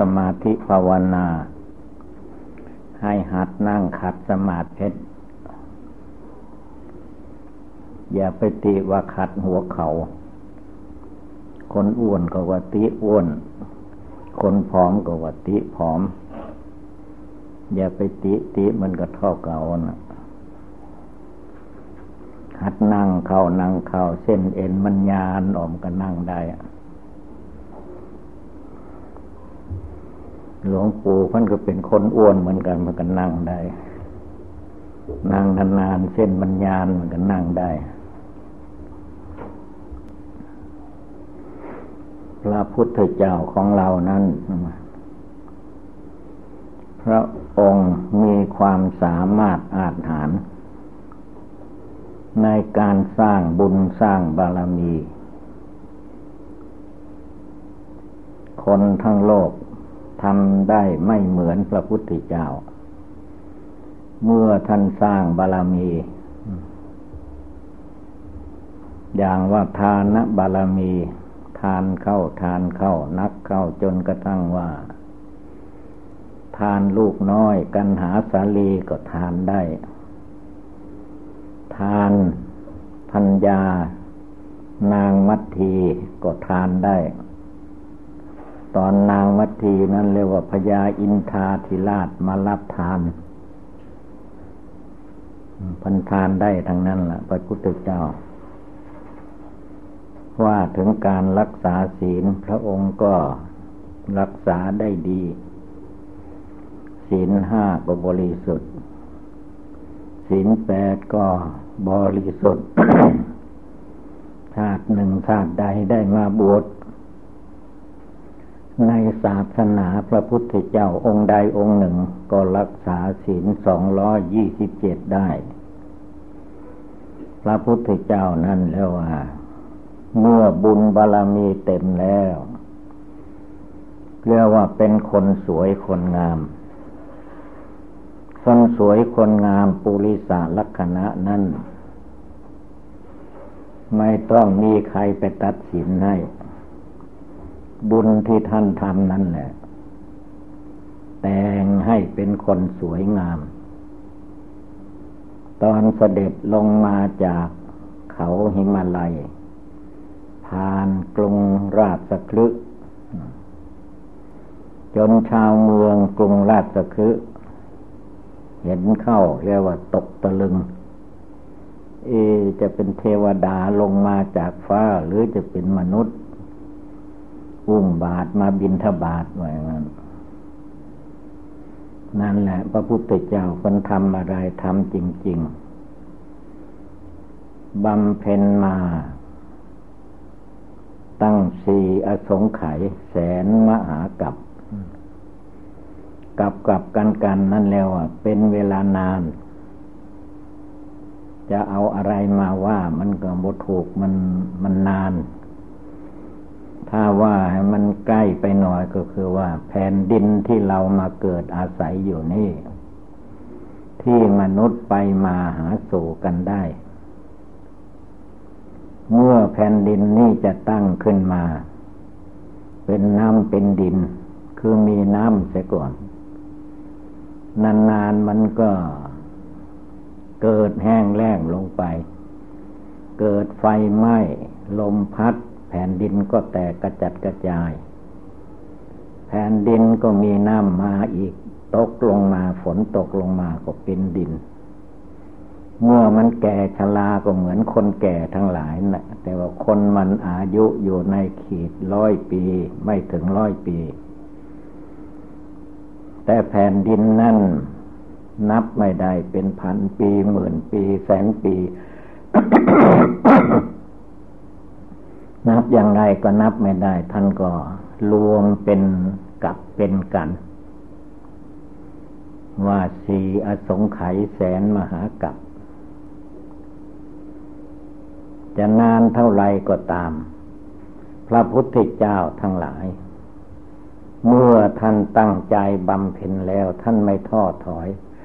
สมาธิภาวนาให้หัดนั่งขัดสมาธิอย่าไปติว่าขัดหัวเขาคนอ้วนก็ว่าติอ้วนคนผอมก็ว่าติผอมอย่าไปติมันก็เท่าเก่านะหัดนั่งเข้าเส้นเอ็นมันยานออกก็นั่งได้หลวงปู่ท่านก็เป็นคนอ้วนเหมือนกันมันก็นั่งได้นั่งนานๆเส้นมันยานมันก็นั่งได้พระพุทธเจ้าของเรานั้นพระองค์มีความสามารถอาจหาญในการสร้างบุญสร้างบารมีคนทั้งโลกทำได้ไม่เหมือนพระพุทธเจ้าเมื่อท่านสร้างบารมีอย่างว่าทานบารมีทานเข้านักเข้าจนกระทั่งว่าทานลูกน้อยกันหาสาลีก็ทานได้ทานพัญญานางมัททีก็ทานได้ตอนนางมัททีนั้นเรียกว่าพญาอินทราธิราชมารับทานพันทานได้ทั้งนั้นล่ะพระพุทธเจ้าว่าถึงการรักษาศีลพระองค์ก็รักษาได้ดีศีล5ก็บริสุทธิ์ศีล8ก็บริสุทธิ์ ชาติหนึ่งชาติใดได้มาบวชในศาสนาพระพุทธเจ้าองค์ใดองค์หนึ่งก็รักษาศีล227ได้พระพุทธเจ้านั่นแล้วว่าเมื่อบุญบารมีเต็มแล้วเรียกว่าเป็นคนสวยคนงามคนสวยคนงามปุริสลักขณะนั้นไม่ต้องมีใครไปตัดสินให้บุญที่ท่านทำนั่นแหละแต่งให้เป็นคนสวยงามตอนเสด็จลงมาจากเขาหิมาลัยผ่านกรุงราชคฤห์จนชาวเมืองกรุงราชคฤห์เห็นเข้าเรียกว่าตกตะลึงจะเป็นเทวดาลงมาจากฟ้าหรือจะเป็นมนุษย์อุ้มบาตรมาบิณฑบาตว่าอย่างนั้นนั่นแหละพระพุทธเจ้าคนทำอะไรทำจริงๆบำเพ็ญมาตั้ง4อสงไขยแสนมหากัปกับกันนั่นแล้วเป็นเวลานานจะเอาอะไรมาว่ามันก็บ่ถูกมันนานถ้าว่าให้มันใกล้ไปหน่อยก็คือว่าแผ่นดินที่เรามาเกิดอาศัยอยู่นี่ที่มนุษย์ไปมาหาสู่กันได้เมื่อแผ่นดินนี้จะตั้งขึ้นมาเป็นน้ำเป็นดินคือมีน้ำเสียก่อนนานๆมันก็เกิดแห้งแล้งลงไปเกิดไฟไหม้ลมพัดแผ่นดินก็แตกกระจัดกระจายแผ่นดินก็มีน้ำมาอีกตกลงมาฝนตกลงมาก็เป็นดินเมื่อมันแก่ชราก็เหมือนคนแก่ทั้งหลายนะแต่ว่าคนมันอายุอยู่ในขีด100 ปีไม่ถึง100 ปีแต่แผ่นดินนั่นนับไม่ได้เป็นพันปีหมื่นปีแสนปี นับอย่างไรก็นับไม่ได้ท่านก็รวมเป็นกับเป็นกันว่า4อสงไขยแสนมหากัปจะนานเท่าไรก็ตามพระพุทธเจ้าทั้งหลายเมื่อท่านตั้งใจบำเพ็ญแล้วท่านไม่ท้อถอย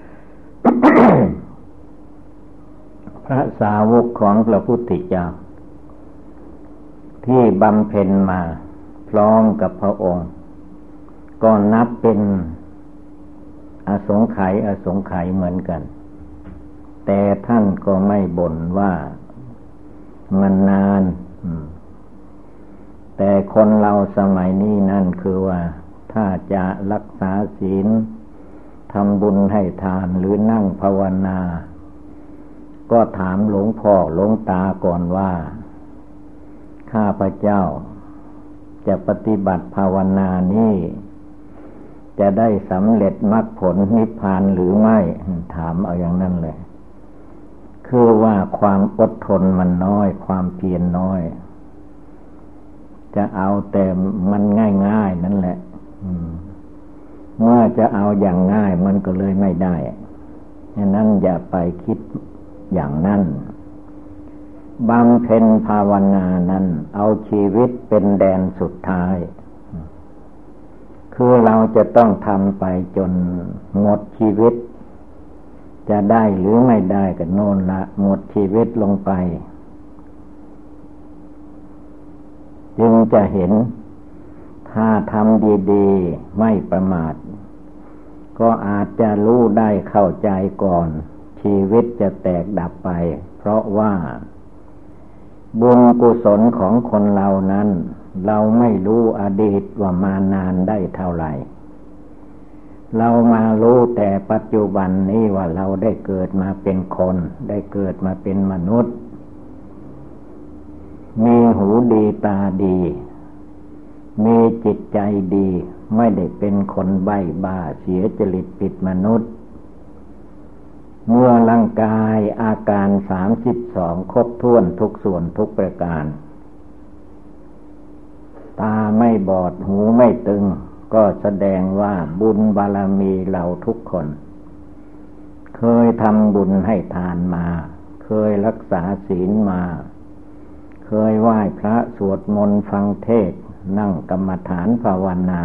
พระสาวกของพระพุทธเจ้าที่บำเพ็ญมาพร้อมกับพระองค์ก็นับเป็นอสงไขยเหมือนกันแต่ท่านก็ไม่บ่นว่ามันนานแต่คนเราสมัยนี้นั่นคือว่าถ้าจะรักษาศีลทำบุญให้ทานหรือนั่งภาวนาก็ถามหลวงพ่อหลวงตาก่อนว่าข้าพเจ้าจะปฏิบัติภาวนานี้จะได้สำเร็จมรรคผลนิพพานหรือไม่ถามเอาอย่างนั้นเลยคือว่าความอดทนมันน้อยความเพียรน้อยจะเอาแต่มันง่ายๆนั่นแหละเมื่อจะเอาอย่างง่ายมันก็เลยไม่ได้ฉะนั้นอย่าไปคิดอย่างนั้นบำเพ็ญภาวนานั้นเอาชีวิตเป็นแดนสุดท้ายคือเราจะต้องทำไปจนหมดชีวิตจะได้หรือไม่ได้ก็โน่นละหมดชีวิตลงไปจึงจะเห็นถ้าทำดีๆไม่ประมาทก็อาจจะรู้ได้เข้าใจก่อนชีวิตจะแตกดับไปเพราะว่าบุญกุศลของคนเรานั้นเราไม่รู้อดีตว่ามานานได้เท่าไหร่เรามารู้แต่ปัจจุบันนี้ว่าเราได้เกิดมาเป็นคนได้เกิดมาเป็นมนุษย์มีหูดีตาดีมีจิตใจดีไม่ได้เป็นคนใบ้บ้าเสียจริตผิดมนุษย์เมื่อร่างกายอาการ32ครบถ้วนทุกส่วนทุกประการตาไม่บอดหูไม่ตึงก็แสดงว่าบุญบารมีเราทุกคนเคยทำบุญให้ทานมาเคยรักษาศีลมาเคยไหว้พระสวดมนต์ฟังเทศน์นั่งกรรมฐานภาวนา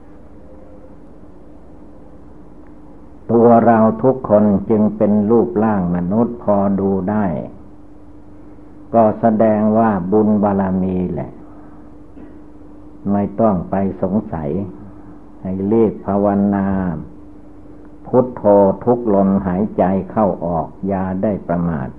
ตัวเราทุกคนจึงเป็นรูปร่างมนุษย์พอดูได้ก็แสดงว่าบุญบารมีแหละไม่ต้องไปสงสัยให้รีบภาวนาพุทโธทุกลมหายใจเข้าออกอย่าได้ประมาท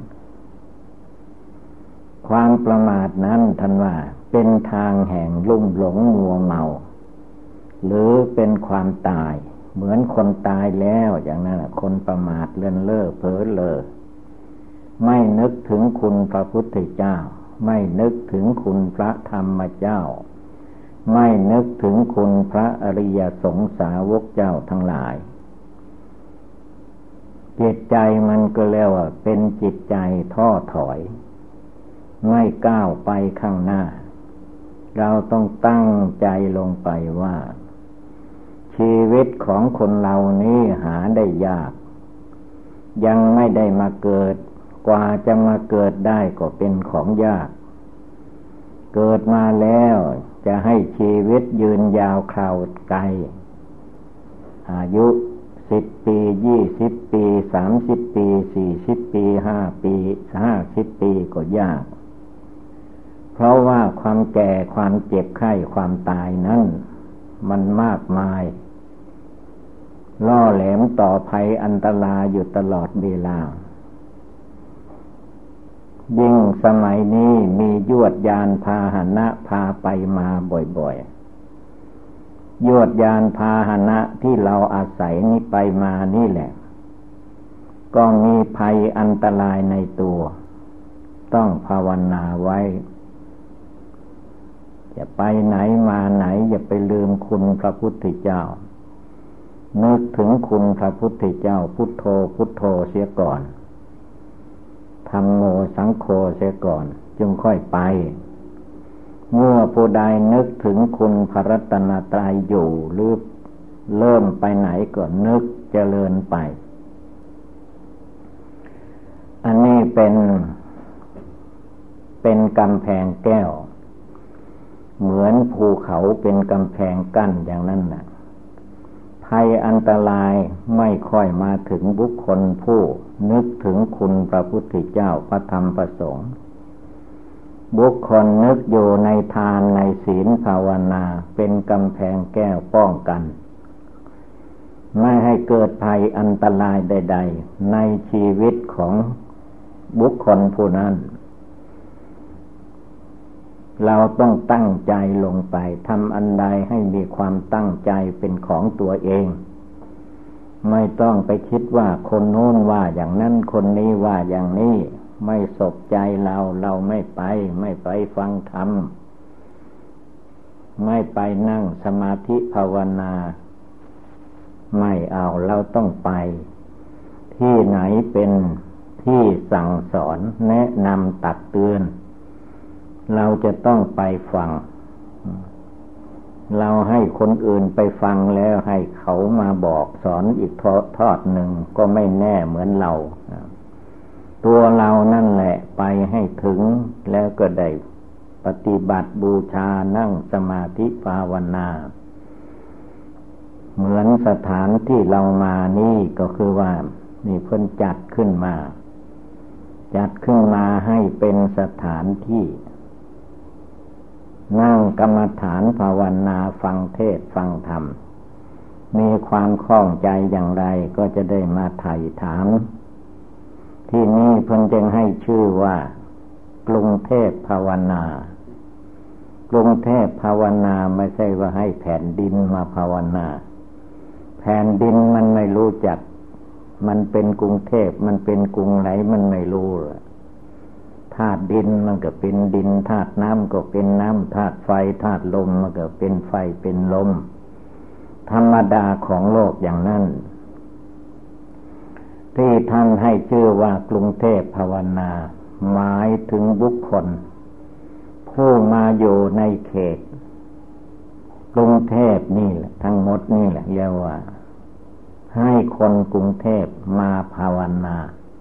ความประมาทนั้นท่านว่าเป็นทางแห่งลุ่มหลงมัวเมาหรือเป็นความตายเหมือนคนตายแล้วอย่างนั้นคนประมาทเลื่อนเล่อเผลอเล่อไม่นึกถึงคุณพระพุทธเจ้าไม่นึกถึงคุณพระธรรมเจ้าไม่นึกถึงคุณพระอริยสงสาวกเจ้าทั้งหลายจิตใจมันก็เรียกว่าเป็นจิตใจท้อถอยไม่ก้าวไปข้างหน้าเราต้องตั้งใจลงไปว่าชีวิตของคนเรานี้หาได้ยากยังไม่ได้มาเกิดกว่าจะมาเกิดได้ก็เป็นของยากเกิดมาแล้วจะให้ชีวิตยืนยาวคราวไกลอายุ10 ปี20 ปี30 ปี40 ปี5 ปี50 ปีก็ยากเพราะว่าความแก่ความเจ็บไข้ความตายนั้นมันมากมายล่อแหลมต่อภัยอันตรายอยู่ตลอดเวลายิ่งสมัยนี้มียวดยานพาหนะพาไปมาบ่อยๆยวดยานพาหนะที่เราอาศัยนี้ไปมานี่แหละก็มีภัยอันตรายในตัวต้องภาวนาไว้จะไปไหนมาไหนอย่าไปลืมคุณพระพุทธเจ้านึกถึงคุณพระพุทธเจ้าพุทโธพุทโธเสียก่อนธัมโมสังโฆเสียก่อนจึงค่อยไปเมื่อผู้ใดนึกถึงคุณพระรัตนตรัยอยู่หรือเริ่มไปไหนก็นึกเจริญไปอันนี้เป็นกำแพงแก้วเหมือนภูเขาเป็นกำแพงกั้นอย่างนั้นน่ะภัยอันตรายไม่ค่อยมาถึงบุคคลผู้นึกถึงคุณพระพุทธเจ้าพระธรรมพระสงฆ์บุคคลนึกอยู่ในทานในศีลภาวนาเป็นกำแพงแก้วป้องกันไม่ให้เกิดภัยอันตรายใดๆในชีวิตของบุคคลผู้นั้นเราต้องตั้งใจลงไปทำอันใดให้มีความตั้งใจเป็นของตัวเองไม่ต้องไปคิดว่าคนโน้นว่าอย่างนั้นคนนี้ว่าอย่างนี้ไม่สบใจเราไม่ไปฟังธรรมไม่ไปนั่งสมาธิภาวนาไม่เอาเราต้องไปที่ไหนเป็นที่สั่งสอนแนะนำตักเตือนเราจะต้องไปฟังเราให้คนอื่นไปฟังแล้วให้เขามาบอกสอนอีกทอดหนึ่งก็ไม่แน่เหมือนเราตัวเรานั่นแหละไปให้ถึงแล้วก็ได้ปฏิบัติบูชานั่งสมาธิภาวนาเหมือนสถานที่เรามานี่ก็คือว่านี่เพิ่นจัดขึ้นมาให้เป็นสถานที่นั่งกรรมฐานภาวนาฟังเทศน์ฟังธรรมมีความคล่องใจอย่างไรก็จะได้มาไถ่ถามที่นี่เพิ่นจึงให้ชื่อว่ากรุงเทพภาวนากรุงเทพภาวนาไม่ใช่ว่าให้แผ่นดินมาภาวนาแผ่นดินมันไม่รู้จักมันเป็นกรุงเทพมันเป็นกรุงไหนมันไม่รู้ธาตุดินมันก็เป็นดินธาตุน้ำก็เป็นน้ำธาตุไฟธาตุลมมันก็เป็นไฟเป็นลมธรรมดาของโลกอย่างนั้นที่ท่านให้ชื่อว่ากรุงเทพภาวนาหมายถึงบุคคลผู้มาอยู่ในเขตกรุงเทพนี่แหละทั้งหมดนี่แหละเรียกว่าให้คนกรุงเทพมาภาวนา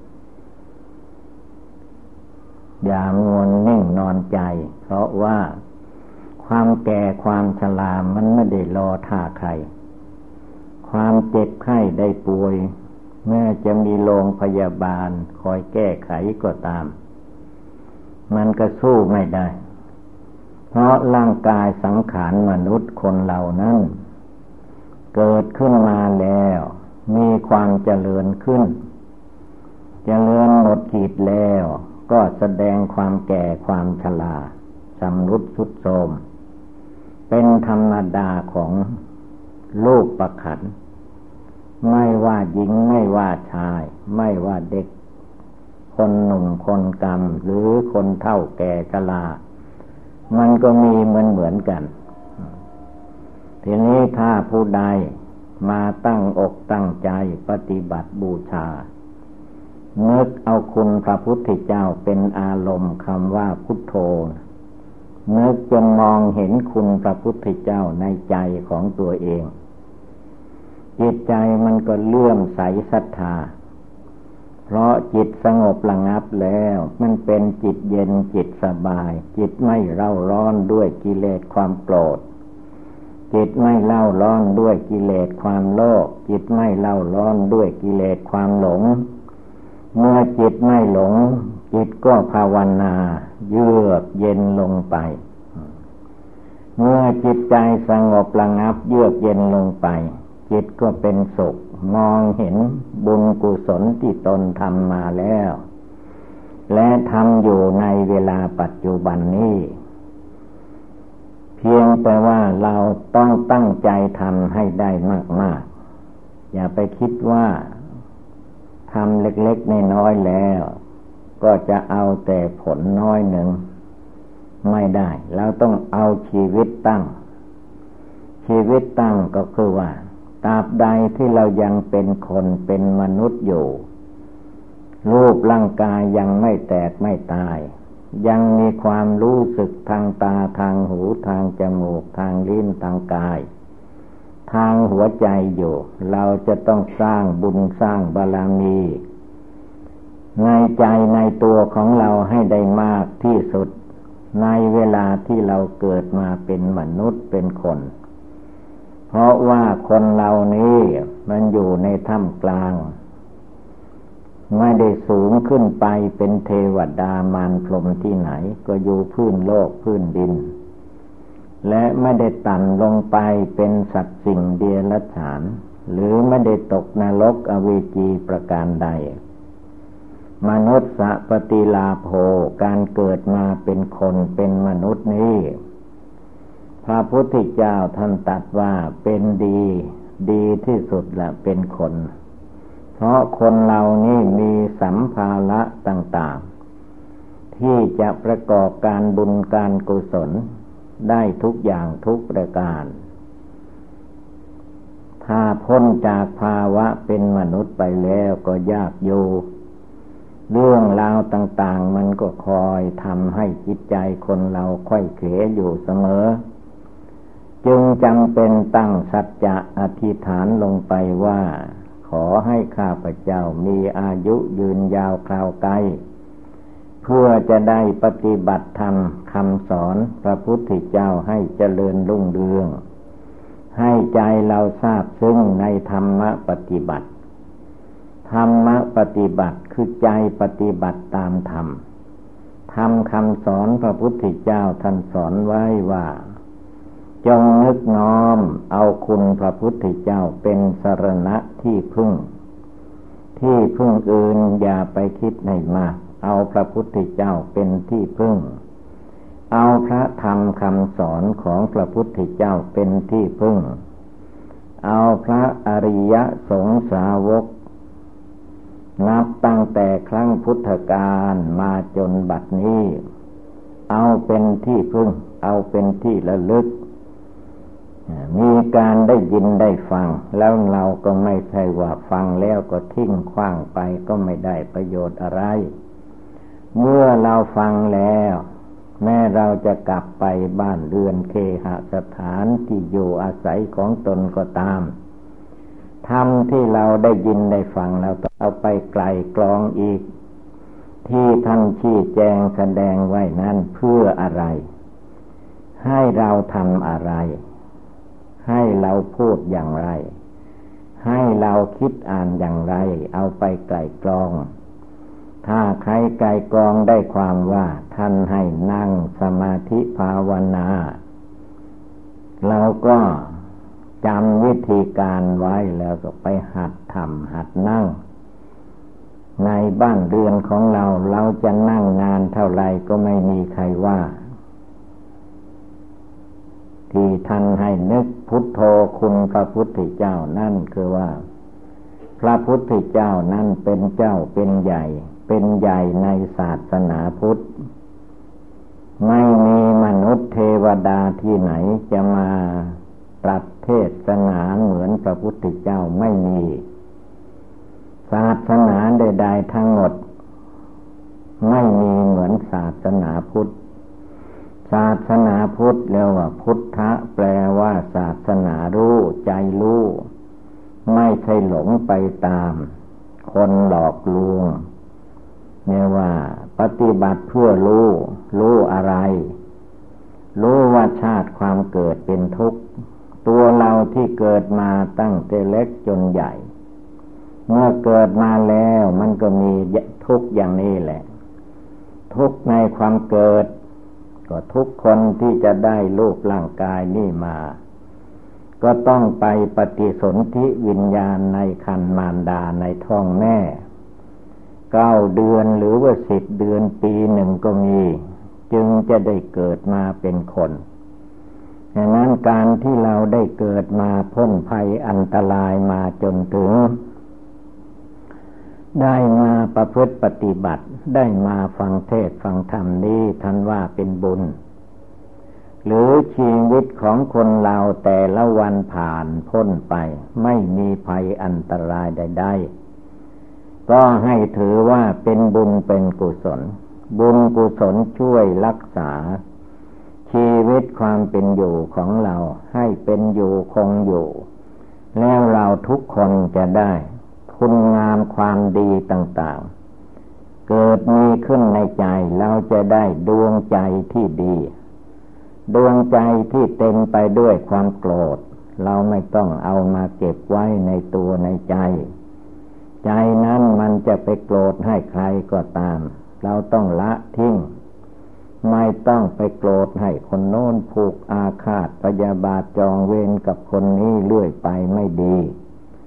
อย่ามัวนิ่งนอนใจเพราะว่าความแก่ความชรามันไม่ได้รอท่าใครความเจ็บไข้ได้ป่วยแม้จะมีโรงพยาบาลคอยแก้ไขก็ตามมันก็สู้ไม่ได้เพราะร่างกายสังขารมนุษย์คนเหล่านั้นเกิดขึ้นมาแล้วมีความเจริญขึ้นเจริญหมดขีดแล้วก็แสดงความแก่ความชราชำรุดทรุดโทรมเป็นธรรมดาของรูปประขันธ์ไม่ว่าหญิงไม่ว่าชายไม่ว่าเด็กคนหนุ่มคนกำหรือคนเฒ่าแก่ชรามันก็มีเหมือนกันทีนี้ถ้าผู้ใดมาตั้งอกตั้งใจปฏิบัติบูชานึกเอาคุณพระพุทธเจ้าเป็นอารมณ์คำว่าพุทโธนึกจนมองเห็นคุณพระพุทธเจ้าในใจของตัวเองจิตใจมันก็เลื่อมใสศรัทธาเพราะจิตสงบระงับแล้วมันเป็นจิตเย็นจิตสบายจิตไม่เร่าร้อนด้วยกิเลสความโกรธจิตไม่เล่าร้อนด้วยกิเลสความโลภจิตไม่เล่าร้อนด้วยกิเลสความหลงเมื่อจิตไม่หลงจิตก็ภาวนาเยือกเย็นลงไปเมื่อจิตใจสงบระงับเยือกเย็นลงไปจิตก็เป็นสุขมองเห็นบุญกุศลที่ตนทำมาแล้วและทำอยู่ในเวลาปัจจุบันนี้เพียงแต่ว่าเราต้องตั้งใจทำให้ได้มากๆอย่าไปคิดว่าทำเล็กๆน้อยๆแล้วก็จะเอาแต่ผลน้อยหนึ่งไม่ได้เราต้องเอาชีวิตตั้งก็คือว่าตราบใดที่เรายังเป็นคนเป็นมนุษย์อยู่รูปร่างกายยังไม่แตกไม่ตายยังมีความรู้สึกทางตาทางหูทางจมูกทางลิ้นทางกายทางหัวใจอยู่เราจะต้องสร้างบุญสร้างบารมีในใจในตัวของเราให้ได้มากที่สุดในเวลาที่เราเกิดมาเป็นมนุษย์เป็นคนเพราะว่าคนเรานี้มันอยู่ในท่ามกลางไม่ได้สูงขึ้นไปเป็นเทวดามารพรหมที่ไหนก็อยู่พื้นโลกพื้นดินและไม่ได้ต่ำลงไปเป็นสัตว์สิ่งเดรัจฉานหรือไม่ได้ตกนรกอเวจีประการใดมนุษย์ปฏิลาโภการเกิดมาเป็นคนเป็นมนุษย์นี้พระพุทธเจ้าท่านตรัสว่าเป็นดีที่สุดละเป็นคนเพราะคนเรานี่มีสัมภาระต่างๆที่จะประกอบการบุญการกุศลได้ทุกอย่างทุกประการถ้าพ้นจากภาวะเป็นมนุษย์ไปแล้วก็ยากอยู่เรื่องราวต่างๆมันก็คอยทำให้จิตใจคนเราค่อยเขวอยู่เสมอจึงจำเป็นตั้งสัจจะอธิษฐานลงไปว่าขอให้ข้าพเจ้ามีอายุยืนยาวคราวไกลเพื่อจะได้ปฏิบัติธรรมคำสอนพระพุทธเจ้าให้เจริญรุ่งเรืองให้ใจเราทราบซึ้งในธรรมปฏิบัติธรรมปฏิบัติคือใจปฏิบัติตามธรรมธรรมคำสอนพระพุทธเจ้าท่านสอนไว้ว่าจงนึกน้อมเอาคุณพระพุทธเจ้าเป็นสรณะที่พึ่งอื่นอย่าไปคิดให้มากเอาพระพุทธเจ้าเป็นที่พึ่งเอาพระธรรมคำสอนของพระพุทธเจ้าเป็นที่พึ่งเอาพระอริยสงสาวกนับตั้งแต่ครั้งพุทธกาลมาจนบัดนี้เอาเป็นที่พึ่งเอาเป็นที่ระลึกมีการได้ยินได้ฟังแล้วเราก็ไม่ใช่ว่าฟังแล้วก็ทิ้งขว้างไปก็ไม่ได้ประโยชน์อะไรเมื่อเราฟังแล้วแม้เราจะกลับไปบ้านเรือนเคหสถานที่อยู่อาศัยของตนก็ตามธรรมที่เราได้ยินได้ฟังเราต้องเอาไปไกลกรองอีกที่ท่านชี้แจงแสดงไว้นั้นเพื่ออะไรให้เราทำอะไรให้เราพูดอย่างไรให้เราคิดอ่านอย่างไรเอาไปไกลกรองถ้าใครไกลกรองได้ความว่าท่านให้นั่งสมาธิภาวนาเราก็จำวิธีการไว้แล้วก็ไปหัดทำหัดนั่งในบ้านเรือนของเราจะนั่งนานเท่าไรก็ไม่มีใครว่าที่ท่านให้นึกพุทโธคุณพระพุทธเจ้านั่นคือว่าพระพุทธเจ้านั้นเป็นเจ้าเป็นใหญ่ในศาสนาพุทธไม่มีมนุษย์เทวดาที่ไหนจะมาตรัสเทศนาเหมือนพระพุทธเจ้าไม่มีศาสนาใดๆทั้งหมดไม่มีเหมือนศาสนาพุทธศาสนาพุทธเรียกว่าพุทธะแปลว่าศาสนารู้ใจรู้ไม่ใช่หลงไปตามคนหลอกลวงเนี่ยว่าปฏิบัติเพื่อรู้อะไรรู้ว่าชาติความเกิดเป็นทุกข์ตัวเราที่เกิดมาตั้งแต่เล็กจนใหญ่เมื่อเกิดมาแล้วมันก็มีทุกข์อย่างนี้แหละทุกข์ในความเกิดก็ทุกคนที่จะได้รูปร่างกายนี่มาก็ต้องไปปฏิสนธิวิญญาณในครรภ์มารดาในท้องแม่9 เดือนหรือว่า10 เดือนปีหนึ่งก็มีจึงจะได้เกิดมาเป็นคนดังนั้นการที่เราได้เกิดมาพ้นภัยอันตรายมาจนถึงได้มาประพฤติปฏิบัติได้มาฟังเทศน์ฟังธรรมนี้ท่านว่าเป็นบุญหรือชีวิตของคนเราแต่ละวันผ่านพ้นไปไม่มีภัยอันตรายใดๆก็ให้ถือว่าเป็นบุญเป็นกุศลบุญกุศลช่วยรักษาชีวิตความเป็นอยู่ของเราให้เป็นอยู่คงอยู่แล้วเราทุกคนจะได้คุณงามความดีต่างๆเกิดมีขึ้นในใจเราจะได้ดวงใจที่ดีดวงใจที่เต็มไปด้วยความโกรธเราไม่ต้องเอามาเก็บไว้ในตัวในใจนั้นมันจะไปโกรธให้ใครก็ตามเราต้องละทิ้งไม่ต้องไปโกรธให้คนโน้นผูกอาฆาตพยาบาทจองเวรกับคนนี้เรื่อยไปไม่ดี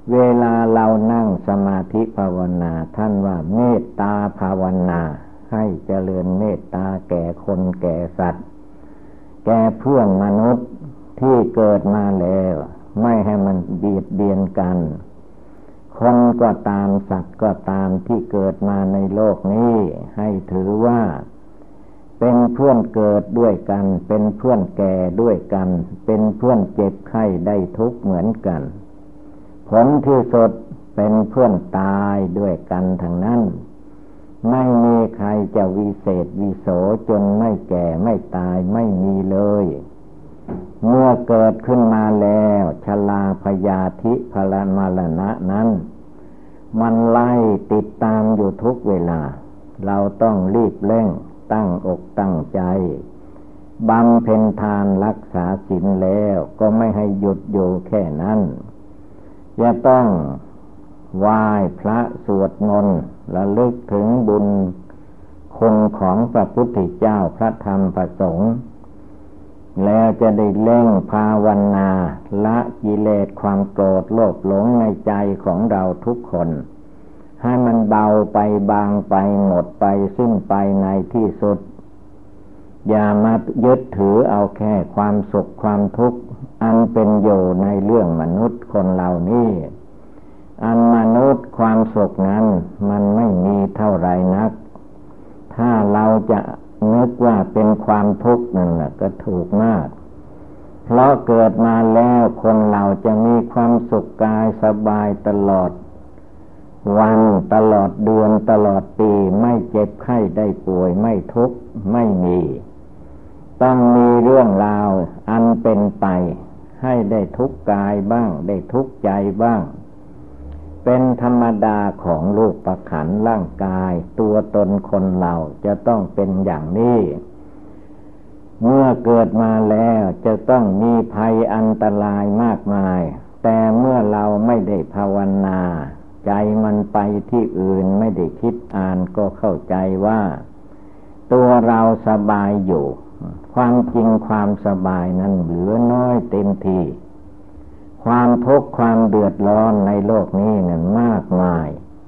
เวลาเรานั่งสมาธิภาวนาท่านว่าเมตตาภาวนาให้เจริญเมตตาแก่คนแก่สัตว์แก่เพื่อนมนุษย์ที่เกิดมาแล้วไม่ให้มันเบียดเบียนกันคนก็ตามสัตว์ก็ตามที่เกิดมาในโลกนี้ให้ถือว่าเป็นเพื่อนเกิดด้วยกันเป็นเพื่อนแก่ด้วยกันเป็นเพื่อนเจ็บไข้ได้ทุกข์เหมือนกันผลที่สุดเป็นเพื่อนตายด้วยกันทั้งนั้นไม่มีใครจะวิเศษวิโสจนไม่แก่ไม่ตายไม่มีเลยเมื่อเกิดขึ้นมาแล้วชราพยาธิพลมรณะนั้นมันไล่ติดตามอยู่ทุกเวลาเราต้องรีบเร่งตั้งอกตั้งใจบำเพ็ญทานรักษาศีลแล้วก็ไม่ให้หยุดอยู่แค่นั้นจะต้องไหว้พระสวดมนต์ระลึกถึงบุญคุณของพระพุทธเจ้าพระธรรมพระสงฆ์แล้วจะได้เร่งภาวนาละกิเลสความโกรธโลภหลงในใจของเราทุกคนให้มันเบาไปบางไปหมดไปสิ้นไปในที่สุดอย่ามายึดถือเอาแค่ความสุขความทุกข์อันเป็นอยู่ในเรื่องมนุษย์คนเหล่านี้อันมนุษย์ความสุขนั้นมันไม่มีเท่าไรนักถ้าเราจะนึกว่าเป็นความทุกข์นั่นแหละก็ถูกมากเพราะเกิดมาแล้วคนเราจะมีความสุขกายสบายตลอดวันตลอดเดือนตลอดปีไม่เจ็บไข้ได้ป่วยไม่ทุกข์ไม่มีต้องมีเรื่องราวอันเป็นไปให้ได้ทุกข์กายบ้างได้ทุกข์ใจบ้างเป็นธรรมดาของรูปขันธ์ร่างกายตัวตนคนเราจะต้องเป็นอย่างนี้เมื่อเกิดมาแล้วจะต้องมีภัยอันตรายมากมายแต่เมื่อเราไม่ได้ภาวนาใจมันไปที่อื่นไม่ได้คิดอ่านก็เข้าใจว่าตัวเราสบายอยู่ความจริงความสบายนั้นเหลือน้อยเต็มทีความทุกข์ความเดือดร้อนในโลกนี้นั้นมากมาย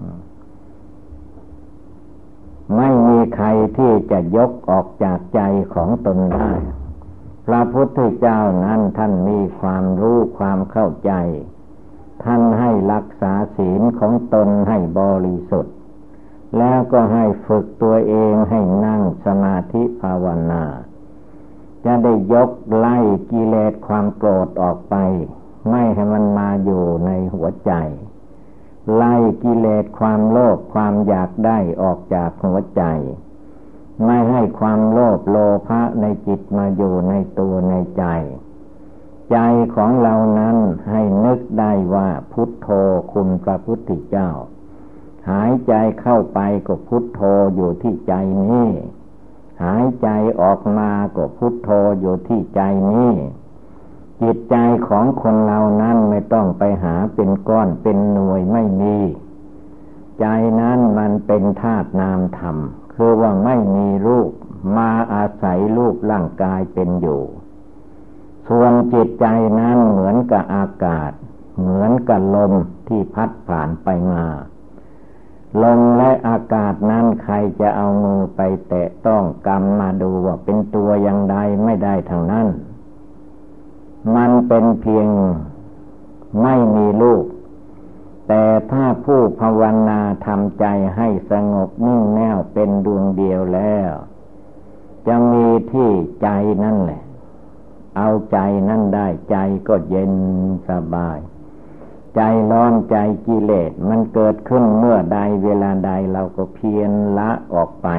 ไม่มีใครที่จะยกออกจากใจของตนได้พระพุทธเจ้านั้นท่านมีความรู้ความเข้าใจท่านให้รักษาศีลของตนให้บริสุทธิ์แล้วก็ให้ฝึกตัวเองให้นั่งสมาธิภาวนาจะได้ยกไล่กิเลสความโกรธออกไปไม่ให้มันมาอยู่ในหัวใจไล่กิเลสความโลภความอยากได้ออกจากหัวใจไม่ให้ความโลภโลภะในจิตมาอยู่ในตัวในใจใจของเรานั้นให้นึกได้ว่าพุทโธคุณพระพุทธเจ้าหายใจเข้าไปก็พุทโธอยู่ที่ใจนี้หายใจออกมาก็พุทโธอยู่ที่ใจนี้จิตใจของคนเรานั้นไม่ต้องไปหาเป็นก้อนเป็นหน่วยไม่มีใจนั้นมันเป็นธาตุนามธรรมคือว่าไม่มีรูปมาอาศัยรูปร่างกายเป็นอยู่ส่วนจิตใจนั้นเหมือนกับอากาศเหมือนกับลมที่พัดผ่านไปมาลมและอากาศนั้นใครจะเอามือไปแตะต้องกำมาดูว่าเป็นตัวอย่างใดไม่ได้ทางนั้นมันเป็นเพียงไม่มีรูปแต่ถ้าผู้ภาวนาทำใจให้สงบนิ่งแน่วเป็นดวงเดียวแล้วจะมีที่ใจนั่นแหละเอาใจนั่นได้ใจก็เย็นสบายใจร้อนใจกิเลสมันเกิดขึ้นเมื่อใดเวลาใดเราก็เพียรละออกไป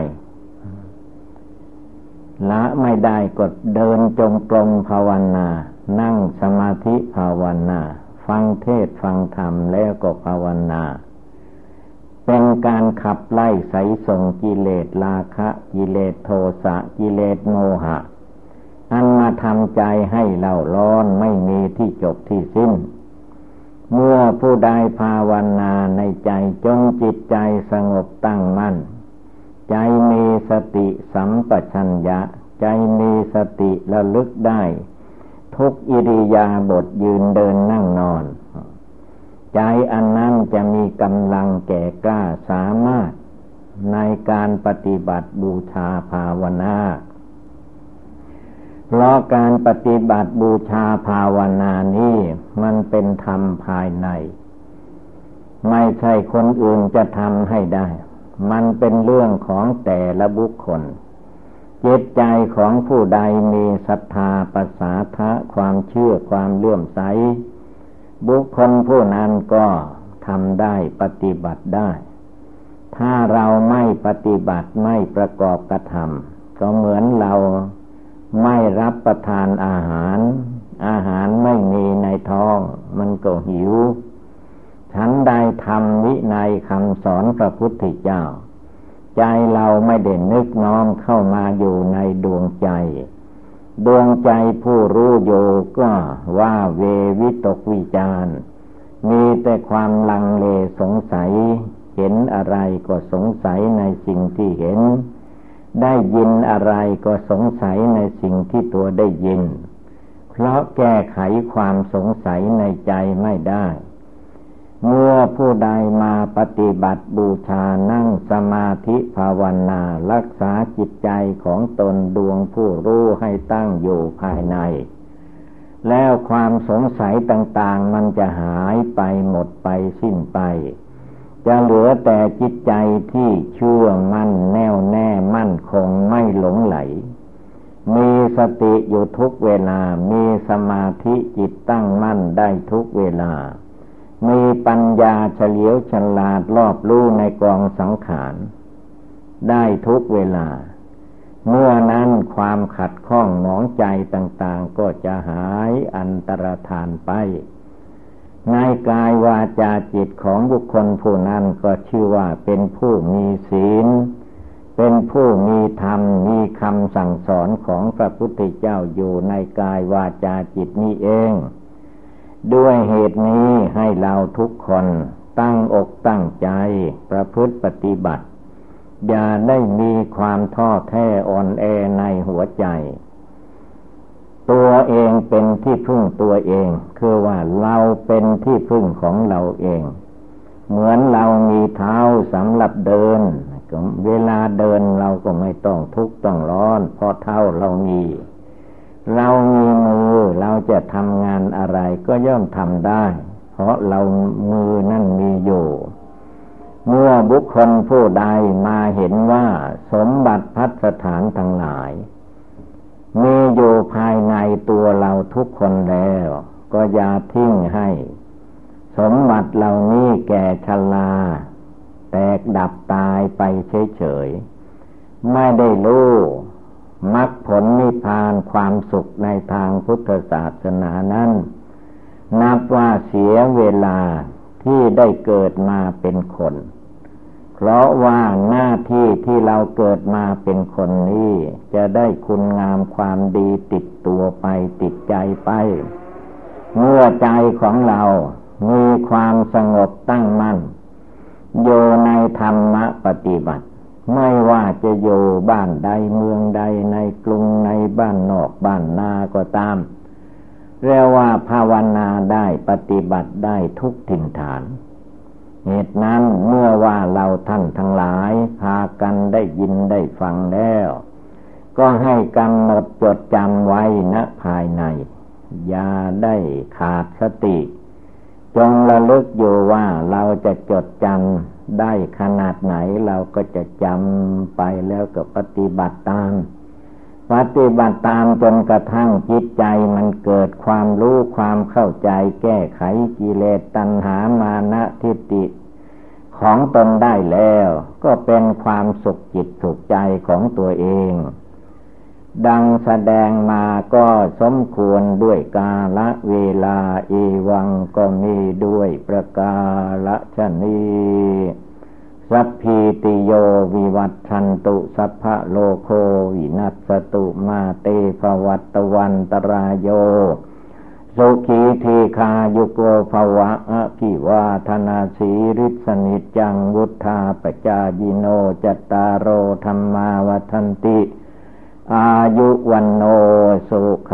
ละไม่ได้ก็เดินจงกรมภาวนานั่งสมาธิภาวนาฟังเทศฟังธรรมแล้วก็ภาวนาเป็นการขับไล่ไสส่งกิเลสราคะกิเลสโทสะกิเลสโมหะอันมาทำใจให้เราร้อนไม่มีที่จบที่สิ้นเมื่อผู้ใดภาวนาในใจจงจิตใจสงบตั้งมั่นใจมีสติสัมปชัญญะใจมีสติระลึกได้ทุกอิริยาบถยืนเดินนั่งนอนใจอันนั้นจะมีกำลังแก่กล้าสามารถในการปฏิบัติบูชาภาวนาเพราะการปฏิบัติบูชาภาวนานี้มันเป็นธรรมภายในไม่ใช่คนอื่นจะทำให้ได้มันเป็นเรื่องของแต่ละบุคคลจิตใจของผู้ใดมีศรัทธาประสาทะความเชื่อความเลื่อมใสบุคคลผู้นั้นก็ทำได้ปฏิบัติได้ถ้าเราไม่ปฏิบัติไม่ประกอบกระทำก็เหมือนเราไม่รับประทานอาหารไม่มีในท้องมันก็หิวฉันใดทำวินัยคำสอนพระพุทธเจ้าใจเราไม่ได้นึกน้อมเข้ามาอยู่ในดวงใจผู้รู้อยู่ก็ว่าเววิตกวิจารมีแต่ความลังเลสงสัยเห็นอะไรก็สงสัยในสิ่งที่เห็นได้ยินอะไรก็สงสัยในสิ่งที่ตัวได้ยินเพราะแก้ไขความสงสัยในใจไม่ได้เมื่อผู้ใดมาปฏิบัติบูชานั่งสมาธิภาวนารักษาจิตใจของตนดวงผู้รู้ให้ตั้งอยู่ภายในแล้วความสงสัยต่างๆมันจะหายไปหมดไปสิ้นไปจะเหลือแต่จิตใจที่เชื่อมั่นแน่วแน่มั่นคงไม่หลงไหลมีสติอยู่ทุกเวลามีสมาธิจิตตั้งมั่นได้ทุกเวลามีปัญญาเฉลียวฉลาดรอบรู้ในกองสังขารได้ทุกเวลาเมื่อนั้นความขัดข้องหมองใจต่างๆก็จะหายอันตรธานไปในกายวาจาจิตของบุคคลผู้นั้นก็ชื่อว่าเป็นผู้มีศีลเป็นผู้มีธรรมมีคำสั่งสอนของพระพุทธเจ้าอยู่ในกายวาจาจิตนี้เองด้วยเหตุนี้ให้เราทุกคนตั้งอกตั้งใจประพฤติปฏิบัติอย่าได้มีความท้อแท้อ่อนแอในหัวใจตัวเองเป็นที่พึ่งตัวเองคือว่าเราเป็นที่พึ่งของเราเองเหมือนเรามีเท้าสำหรับเดินเวลาเดินเราก็ไม่ต้องทุกข์ต้องร้อนเพราะเท้าเรามีมือเราจะทำงานอะไรก็ย่อมทำได้เพราะเรามือนั่นมีอยู่เมื่อบุคคลผู้ใดมาเห็นว่าสมบัติภัสถานทั้งหลายมีอยู่ภายในตัวเราทุกคนแล้วก็อย่าทิ้งให้สมบัติเหล่านี้แก่ชราแตกดับตายไปเฉยๆไม่ได้รู้มรรคผลนิพพานความสุขในทางพุทธศาสนานั้นนับว่าเสียเวลาที่ได้เกิดมาเป็นคนเพราะว่าหน้าที่ที่เราเกิดมาเป็นคนนี้จะได้คุณงามความดีติดตัวไปติดใจไปเมื่อใจของเรามีความสงบตั้งมั่นอยู่ในธรรมปฏิบัติไม่ว่าจะอยู่บ้านใดเมืองใดในกรุงในบ้านนอกบ้านนาก็ตามเรียกว่าภาวนาได้ปฏิบัติได้ทุกถิ่นฐานเหตุนั้นเมื่อว่าเราท่านทั้งหลายพากันได้ยินได้ฟังแล้วก็ให้กำหนดจดจำไว้ณภายในอย่าได้ขาดสติจงระลึกอยู่ว่าเราจะจดจำได้ขนาดไหนเราก็จะจำไปแล้วก็ปฏิบัติตามจนกระทั่งจิตใจมันเกิดความรู้ความเข้าใจแก้ไขกิเลสตัณหามานะทิฏฐิของตนได้แล้วก็เป็นความสุขจิตสุขใจของตัวเองดังแสดงมาก็สมควรด้วยกาลเวลาเอวังก็มีด้วยประกาศนี้สัพพิติโยวิวัตชันตุสัพพะโลโควินัสสตุมาเตภวัตวันตรายโยสุขีทีคายุโกภวะอภิวาทนาสีริสนิจจังวุธาปจายิโนจตารโอธรรมาวัฏันติอายุวันโนสุ